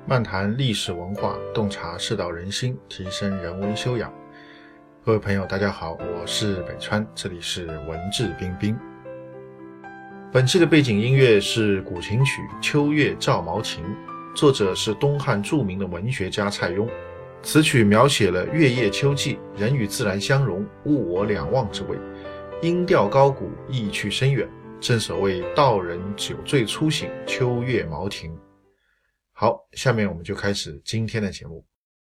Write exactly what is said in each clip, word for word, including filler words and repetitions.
漫谈历史文化，洞察世道人心，提升人文修养。各位朋友大家好，我是北川，这里是文质彬彬。本期的背景音乐是古琴曲《秋月照毛情》，作者是东汉著名的文学家蔡邕。此曲描写了月夜秋季，人与自然相融，物我两忘之味，音调高古，意趣深远，正所谓道人酒醉初醒，秋月毛庭。好，下面我们就开始今天的节目。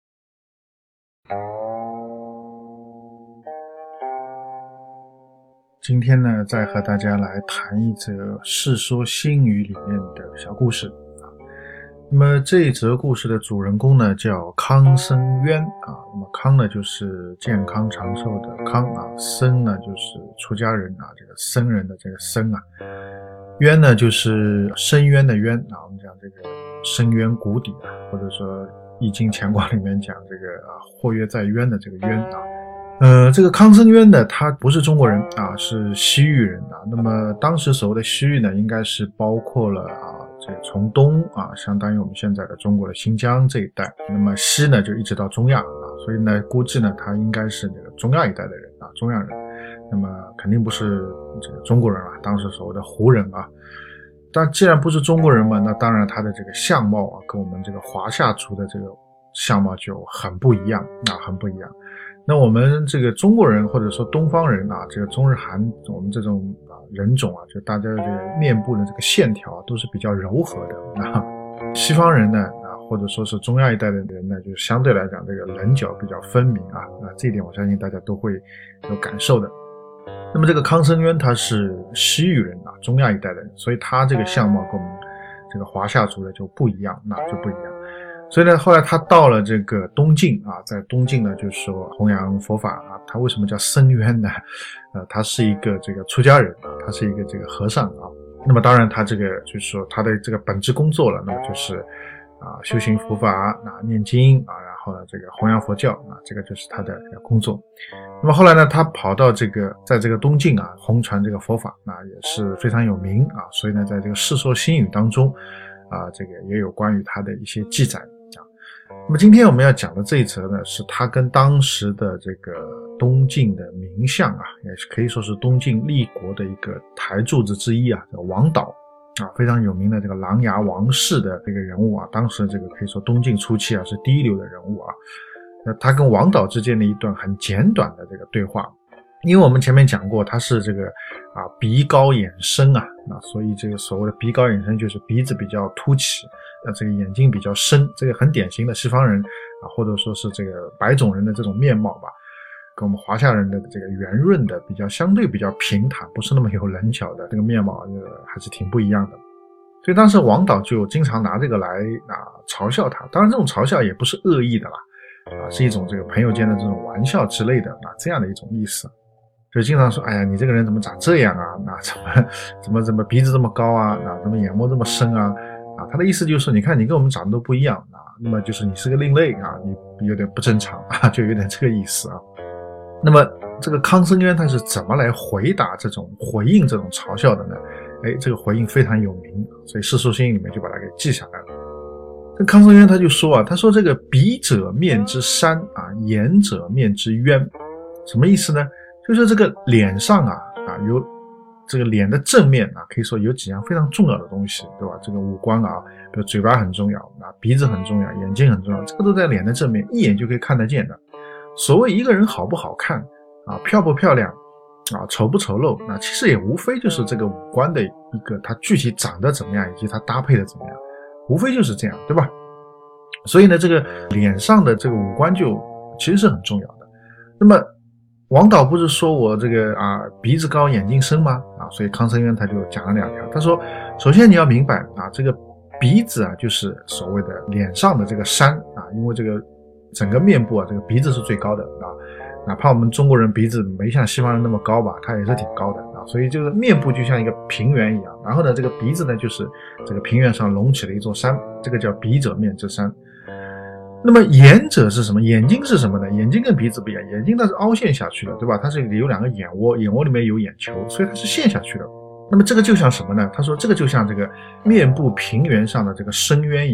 今天呢，再和大家来谈一则《世说新语》里面的小故事啊。那么这一则故事的主人公呢，叫康僧渊啊。那么康呢，就是健康长寿的康啊；僧呢，就是出家人啊，这个僧人的这个僧啊；渊呢，就是深渊的渊啊。我们讲这个深渊谷底啊，或者说易经乾卦里面讲这个啊，或曰在渊的这个渊啊。呃，这个康僧渊呢，他不是中国人啊，是西域人啊。那么当时所谓的西域呢，应该是包括了啊，这个从东啊，相当于我们现在的中国的新疆这一带，那么西呢就一直到中亚啊，所以呢，估计呢他应该是这个中亚一带的人啊，中亚人。那么肯定不是这个中国人啊，当时所谓的胡人啊。但既然不是中国人嘛，那当然他的这个相貌啊，跟我们这个华夏族的这个相貌就很不一样啊，很不一样。那我们这个中国人或者说东方人啊，这个中日韩我们这种啊人种啊，就大家的这个面部的这个线条啊，都是比较柔和的啊。西方人呢啊，或者说是中亚一带的人呢，就相对来讲这个棱角比较分明啊，那这一点我相信大家都会有感受的。那么这个康僧渊他是西域人啊，中亚一带的人，所以他这个相貌跟我们这个华夏族的就不一样，那就不一样。所以呢，后来他到了这个东晋啊，在东晋呢，就是说弘扬佛法啊。他为什么叫僧渊呢？呃，他是一个这个出家人啊，他是一个这个和尚啊。那么当然他这个就是说他的这个本职工作了，那么就是啊修行佛法啊，念经啊，然后呢这个弘扬佛教啊，这个就是他的工作。那么后来呢，他跑到这个在这个东晋啊，弘传这个佛法，那也是非常有名啊。所以呢，在这个《世说新语》当中啊，这个也有关于他的一些记载。那么今天我们要讲的这一则呢，是他跟当时的这个东晋的名相啊，也是可以说是东晋立国的一个台柱子之一啊，这个王导啊，非常有名的这个琅琊王氏的这个人物啊，当时这个可以说东晋初期啊是第一流的人物啊。那他跟王导之间的一段很简短的这个对话，因为我们前面讲过他是这个啊鼻高眼深啊，那所以这个所谓的鼻高眼深就是鼻子比较凸起，那这个眼睛比较深，这个很典型的西方人啊，或者说是这个白种人的这种面貌吧，跟我们华夏人的这个圆润的比较相对比较平坦，不是那么有棱角的这个面貌，这个还是挺不一样的。所以当时王导就经常拿这个来啊嘲笑他，当然这种嘲笑也不是恶意的啦，啊是一种这个朋友间的这种玩笑之类的啊，这样的一种意思。就经常说，哎呀，你这个人怎么长这样啊？那怎么怎么怎么鼻子这么高啊？那怎么眼窝这么深啊？啊，他的意思就是，你看你跟我们长得都不一样啊，那么就是你是个另类啊，你有点不正常啊，就有点这个意思啊。那么这个康僧渊他是怎么来回答这种回应这种嘲笑的呢？哎，这个回应非常有名，所以《世说新语》里面就把它给记下来了。这康僧渊他就说啊，他说这个鼻者面之山啊，眼者面之渊，什么意思呢？就是这个脸上啊啊有这个脸的正面啊，可以说有几样非常重要的东西，对吧？这个五官啊，比如嘴巴很重要啊，鼻子很重要，眼睛很重要，这个都在脸的正面，一眼就可以看得见的。所谓一个人好不好看啊，漂不漂亮啊，丑不丑陋，那其实也无非就是这个五官的一个它具体长得怎么样，以及它搭配的怎么样，无非就是这样，对吧？所以呢，这个脸上的这个五官就其实是很重要的。那么王导不是说我这个啊鼻子高眼睛深吗？啊，所以康僧渊他就讲了两条。他说，首先你要明白啊，这个鼻子啊就是所谓的脸上的这个山啊，因为这个整个面部啊，这个鼻子是最高的啊，哪怕我们中国人鼻子没像西方人那么高吧，它也是挺高的啊，所以这个面部就像一个平原一样，然后呢，这个鼻子呢就是这个平原上隆起的一座山，这个叫鼻者面之山。那么眼者是什么？眼睛是什么呢？眼睛跟鼻子不一样，眼睛它是凹陷下去的，对吧？它是有两个眼窝，眼窝里面有眼球，所以它是陷下去的。那么这个就像什么呢？他说这个就像这个面部平原上的这个深渊一样的，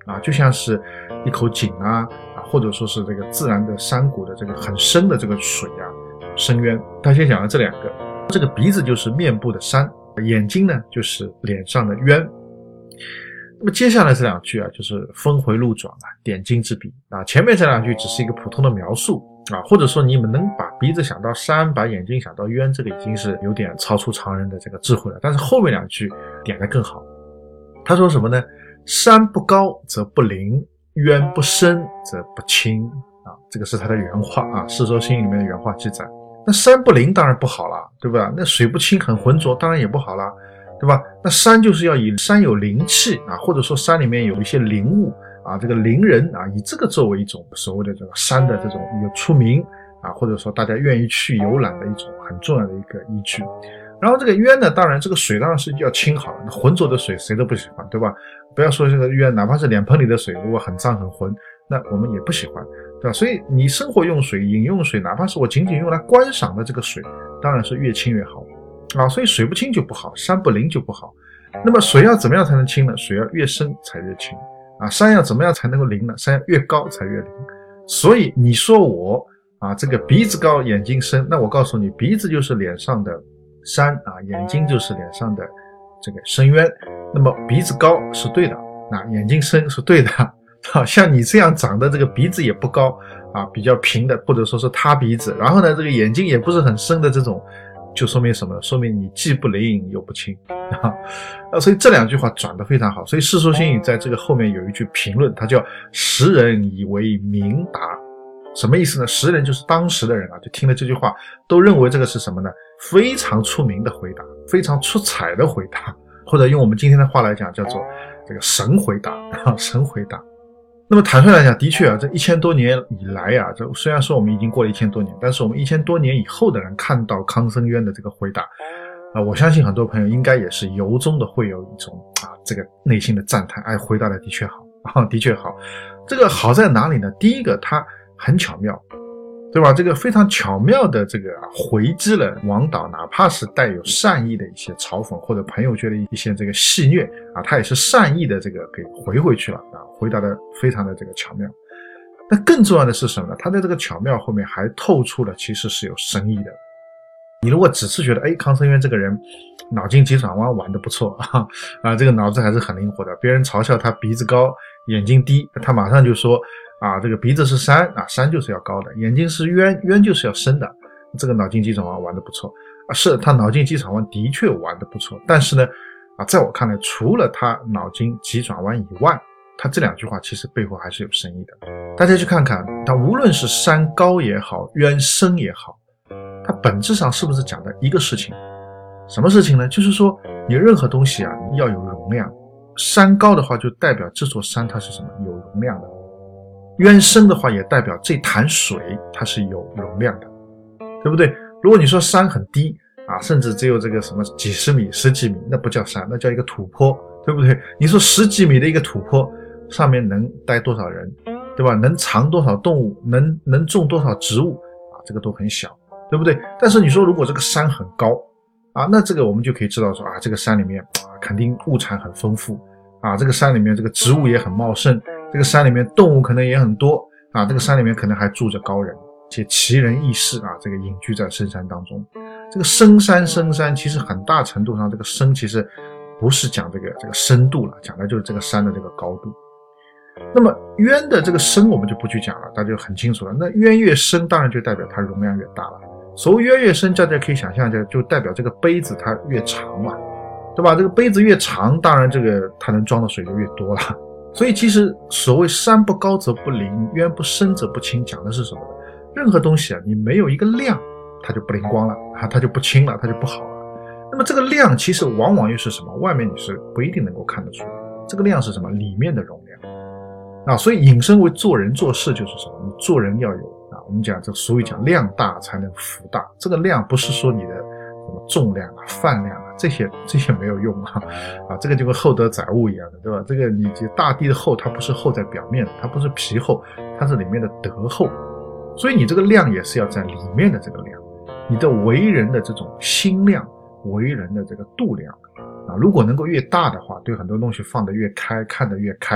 啊，就像是一口井啊，啊或者说是这个自然的山谷的这个很深的这个水啊，深渊。他先讲了这两个，这个鼻子就是面部的山，眼睛呢就是脸上的渊。那么接下来这两句啊，就是峰回路转啊，点睛之笔啊。前面这两句只是一个普通的描述啊，或者说你们能把鼻子想到山，把眼睛想到渊，这个已经是有点超出常人的这个智慧了。但是后面两句点得更好，他说什么呢？山不高则不灵，渊不深则不清啊，这个是他的原话啊，《世说新语》里面的原话记载。那山不灵当然不好了，对吧？那水不清很浑浊当然也不好了，对吧？那山就是要以山有灵气啊，或者说山里面有一些灵物啊，这个灵人啊，以这个作为一种所谓的这个山的这种有出名啊，或者说大家愿意去游览的一种很重要的一个依据。然后这个渊呢，当然这个水当然是要清好了，那浑浊的水谁都不喜欢，对吧？不要说这个渊，哪怕是脸盆里的水，如果很脏很浑，那我们也不喜欢，对吧？所以你生活用水、饮用水，哪怕是我仅仅用来观赏的这个水，当然是越清越好啊。所以水不清就不好，山不灵就不好。那么水要怎么样才能清呢？水要越深才越清啊。山要怎么样才能够灵呢？山要越高才越灵。所以你说我啊，这个鼻子高眼睛深，那我告诉你，鼻子就是脸上的山啊，眼睛就是脸上的这个深渊。那么鼻子高是对的，那眼睛深是对的。好像你这样长的这个鼻子也不高啊，比较平的，或者说是塌鼻子，然后呢这个眼睛也不是很深的这种，就说明什么？说明你既不灵又不清啊。所以这两句话转得非常好。所以《世说新语》在这个后面有一句评论，它叫时人以为明达。什么意思呢？时人就是当时的人啊，就听了这句话都认为这个是什么呢？非常出名的回答，非常出彩的回答，或者用我们今天的话来讲叫做这个神回答啊，神回答。那么坦率来讲，的确啊，这一千多年以来啊，这虽然说我们已经过了一千多年，但是我们一千多年以后的人看到康僧渊的这个回答啊，我相信很多朋友应该也是由衷的会有一种啊，这个内心的赞叹，哎，回答的的确好啊，的确好。这个好在哪里呢？第一个，它很巧妙，对吧？这个非常巧妙的这个回击了王导哪怕是带有善意的一些嘲讽或者朋友圈的一些这个戏谑啊，他也是善意的这个给回回去了啊，回答的非常的这个巧妙。但更重要的是什么呢？他在这个巧妙后面还透出了其实是有深意的。你如果只是觉得哎，康僧渊这个人脑筋急转弯玩得不错啊，啊，这个脑子还是很灵活的，别人嘲笑他鼻子高眼睛低，他马上就说啊，这个鼻子是山啊，山就是要高的；眼睛是渊，渊就是要深的。这个脑筋急转弯玩得不错啊，是他脑筋急转弯的确玩得不错。但是呢，啊，在我看来，除了他脑筋急转弯以外，他这两句话其实背后还是有深意的。大家去看看，他无论是山高也好，渊深也好，它本质上是不是讲的一个事情？什么事情呢？就是说，你任何东西啊，你要有容量。山高的话，就代表这座山它是什么？有容量的。渊深的话也代表这潭水它是有容量的，对不对？如果你说山很低啊，甚至只有这个什么几十米十几米，那不叫山，那叫一个土坡，对不对？你说十几米的一个土坡上面能待多少人，对吧？能藏多少动物，能能种多少植物啊，这个都很小，对不对？但是你说如果这个山很高啊，那这个我们就可以知道说啊，这个山里面啊肯定物产很丰富啊，这个山里面这个植物也很茂盛，这个山里面动物可能也很多啊，这个山里面可能还住着高人，且奇人异士啊，这个隐居在深山当中。这个深山深山其实很大程度上，这个深其实不是讲这个这个深度了，讲的就是这个山的这个高度。那么渊的这个深我们就不去讲了，大家就很清楚了。那渊越深当然就代表它容量越大了。所谓渊越深，大家可以想象一下，就代表这个杯子它越长嘛，对吧？这个杯子越长，当然这个它能装的水就越多了。所以其实所谓山不高则不灵，渊不深则不清，讲的是什么呢？任何东西啊，你没有一个量，它就不灵光了啊，它就不清了，它就不好了。那么这个量其实往往又是什么？外面你是不一定能够看得出来。这个量是什么？里面的容量啊。所以引申为做人做事就是什么？你做人要有啊，我们讲这个俗语讲量大才能福大。这个量不是说你的什么重量啊、饭量啊，这些这些没有用啊啊，这个就跟厚德载物一样的，对吧？这个你大地的厚，它不是厚在表面，它不是皮厚，它是里面的德厚。所以你这个量也是要在里面的这个量，你的为人的这种心量，为人的这个度量啊，如果能够越大的话，对很多东西放得越开，看得越开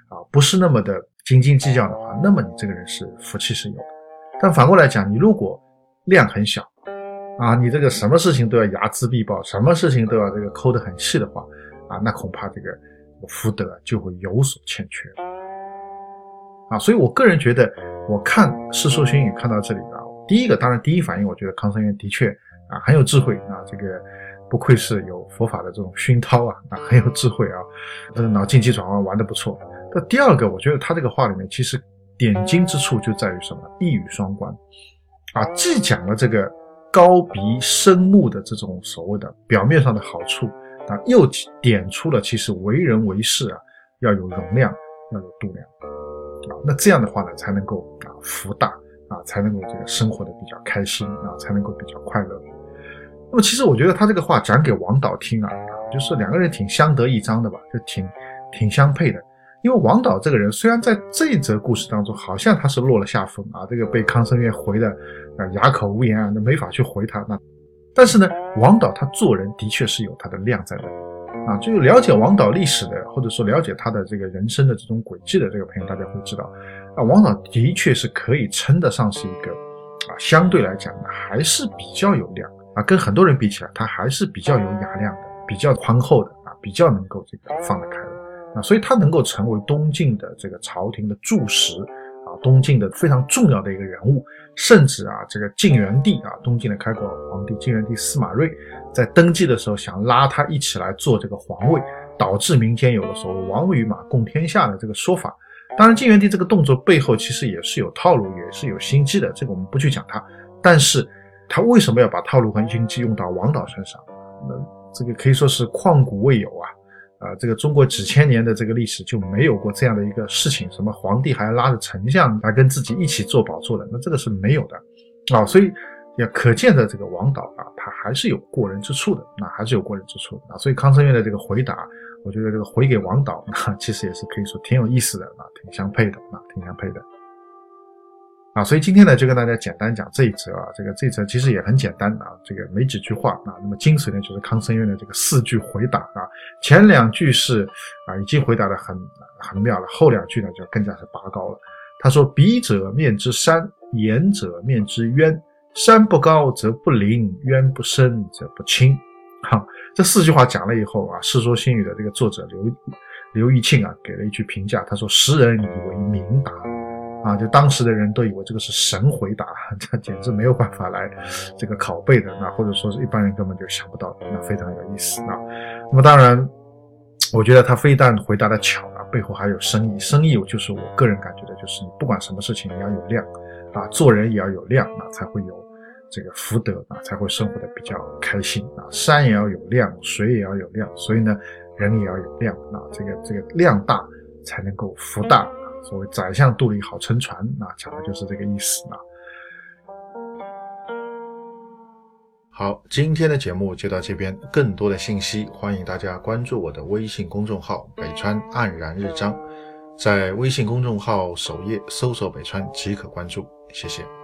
啊，不是那么的斤斤计较的话，那么你这个人是福气是有的。但反过来讲，你如果量很小啊，你这个什么事情都要睚眦必报，什么事情都要这个抠得很细的话啊，那恐怕这个福德就会有所欠缺啊。所以我个人觉得，我看《世说新语》看到这里啊，第一个当然第一反应，我觉得康生渊的确啊很有智慧啊，这个不愧是有佛法的这种熏陶啊，啊很有智慧啊，这个脑筋急转弯玩得不错。那第二个，我觉得他这个话里面其实点睛之处就在于什么？一语双关啊，既讲了这个高鼻深目的这种所谓的表面上的好处啊，又点出了其实为人为事啊要有容量，要有度量啊，那这样的话呢才能够啊福大啊，才能够这个生活的比较开心啊，才能够比较快乐。那么其实我觉得他这个话讲给王导听啊，就是两个人挺相得益彰的吧，就挺挺相配的。因为王导这个人虽然在这一则故事当中好像他是落了下风啊，这个被康生渊回的啊哑口无言啊，那没法去回他，那但是呢王导他做人的确是有他的量在那里啊，就了解王导历史的或者说了解他的这个人生的这种轨迹的这个朋友大家会知道啊，王导的确是可以称得上是一个啊相对来讲呢还是比较有量啊，跟很多人比起来他还是比较有雅量的，比较宽厚的啊，比较能够这个放得开的啊，所以他能够成为东晋的这个朝廷的柱石啊，东晋的非常重要的一个人物，甚至啊，这个晋元帝啊，东晋的开国皇帝晋元帝司马睿在登基的时候想拉他一起来做这个皇位，导致民间有了所谓王与马共天下的这个说法。当然晋元帝这个动作背后其实也是有套路，也是有心机的，这个我们不去讲它，但是他为什么要把套路和心机用到王导身上？那这个可以说是旷古未有啊。呃，这个中国几千年的这个历史就没有过这样的一个事情，什么皇帝还要拉着丞相来跟自己一起做宝座的，那这个是没有的啊，所以也可见的这个王导啊，他还是有过人之处的，那还是有过人之处的啊，所以康生渊的这个回答，我觉得这个回给王导，那其实也是可以说挺有意思的啊，挺相配的啊，挺相配的。啊，所以今天呢就跟大家简单讲这一则啊，这个这一则其实也很简单啊，这个没几句话啊，那么精髓呢就是康生渊的这个四句回答啊，前两句是啊已经回答得很很妙了，后两句呢就更加是拔高了。他说：比者面之山，言者面之渊，山不高则不灵，渊不深则不清。好，这四句话讲了以后啊，《世说新语》的这个作者刘刘义庆啊给了一句评价，他说：时人以为明答。啊，就当时的人都以为这个是神回答，这简直没有办法来这个拷贝的，那或者说是一般人根本就想不到的，那非常有意思啊。那么当然，我觉得他非但回答的巧啊，背后还有深意。深意就是我个人感觉的，就是你不管什么事情你要有量啊，做人也要有量啊，才会有这个福德啊，才会生活的比较开心啊。山也要有量，水也要有量，所以呢，人也要有量啊，这个这个量大才能够福大。所谓宰相肚里好撑船啊，讲的就是这个意思啊。好，今天的节目就到这边，更多的信息欢迎大家关注我的微信公众号北川黯然日章，在微信公众号首页搜索北川即可关注，谢谢。